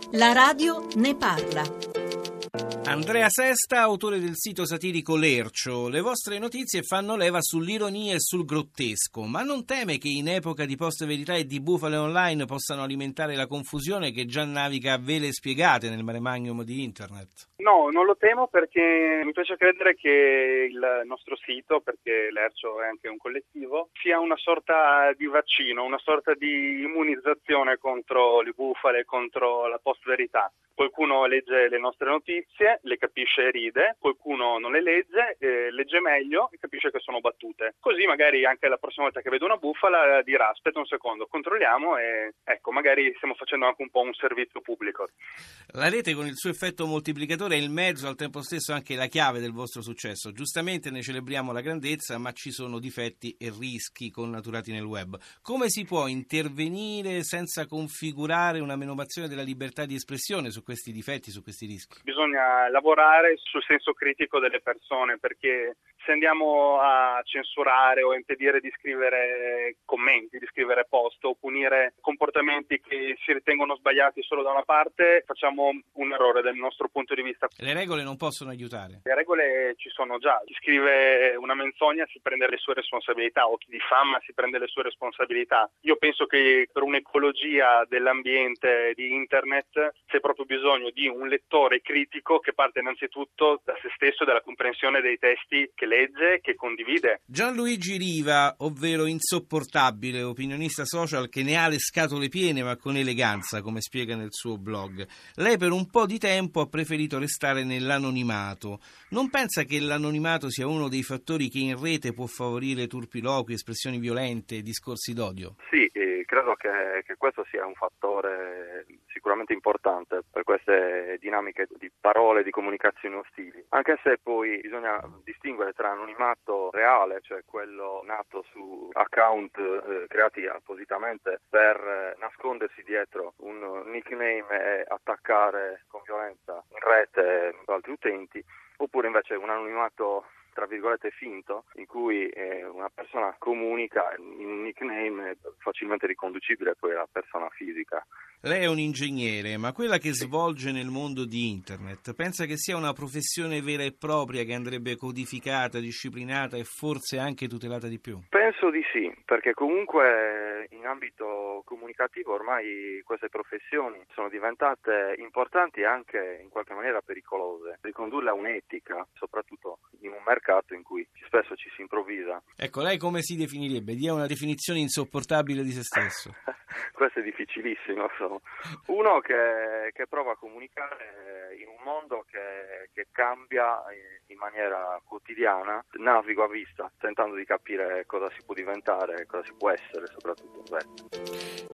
La radio ne parla. Andrea Sesta, autore del sito satirico Lercio. Le vostre notizie fanno leva sull'ironia e sul grottesco, ma non teme che in epoca di post-verità e di bufale online possano alimentare la confusione che già naviga a vele spiegate nel mare magnum di internet? No, non lo temo perché mi piace credere che il nostro sito, perché Lercio è anche un collettivo, sia una sorta di vaccino, una sorta di immunizzazione contro le bufale, contro la post-verità. Qualcuno legge le nostre notizie, le capisce e ride, qualcuno non le legge, legge meglio e capisce che sono battute. Così magari anche la prossima volta che vedo una bufala dirà: aspetta un secondo, controlliamo e ecco, magari stiamo facendo anche un po' un servizio pubblico. La rete con il suo effetto moltiplicatore è il mezzo, al tempo stesso anche la chiave del vostro successo. Giustamente ne celebriamo la grandezza, ma ci sono difetti e rischi connaturati nel web. Come si può intervenire senza configurare una menomazione della libertà di espressione su questi difetti, su questi rischi? Bisogna lavorare sul senso critico delle persone, perché se andiamo a censurare o impedire di scrivere commenti, di scrivere post o punire comportamenti che si ritengono sbagliati solo da una parte, facciamo un errore dal nostro punto di vista. Le regole non possono aiutare. Le regole ci sono già. Chi scrive una menzogna si prende le sue responsabilità, o chi diffama si prende le sue responsabilità. Io penso che per un'ecologia dell'ambiente di internet c'è proprio bisogno di un lettore critico che parte innanzitutto da se stesso e dalla comprensione dei testi che legge, che condivide. Gianluigi Riva, ovvero insopportabile, opinionista social che ne ha le scatole piene ma con eleganza, come spiega nel suo blog. Lei per un po' di tempo ha preferito restare nell'anonimato. Non pensa che l'anonimato sia uno dei fattori che in rete può favorire turpiloqui, espressioni violente, discorsi d'odio? Sì, credo che questo sia un fattore sicuramente importante per queste dinamiche di parole, di comunicazioni ostili, anche se poi bisogna distinguere tra anonimato reale, cioè quello nato su account creati appositamente per nascondersi dietro un nickname e attaccare con violenza in rete altri utenti, oppure invece un anonimato tra virgolette finto, in cui una persona comunica in un nickname facilmente riconducibile poi alla persona fisica. Lei è un ingegnere, ma quella che svolge nel mondo di internet, pensa che sia una professione vera e propria che andrebbe codificata, disciplinata e forse anche tutelata di più? Penso di sì, perché comunque in ambito comunicativo ormai queste professioni sono diventate importanti e anche in qualche maniera pericolose. Ricondurle a un'etica, soprattutto in un mercato in cui spesso ci si improvvisa. Ecco, lei come si definirebbe? Dia una definizione insopportabile di se stesso. Questo è difficilissimo. Uno che prova a comunicare in un mondo che cambia in maniera quotidiana, navigo a vista, tentando di capire cosa si può diventare, cosa si può essere soprattutto.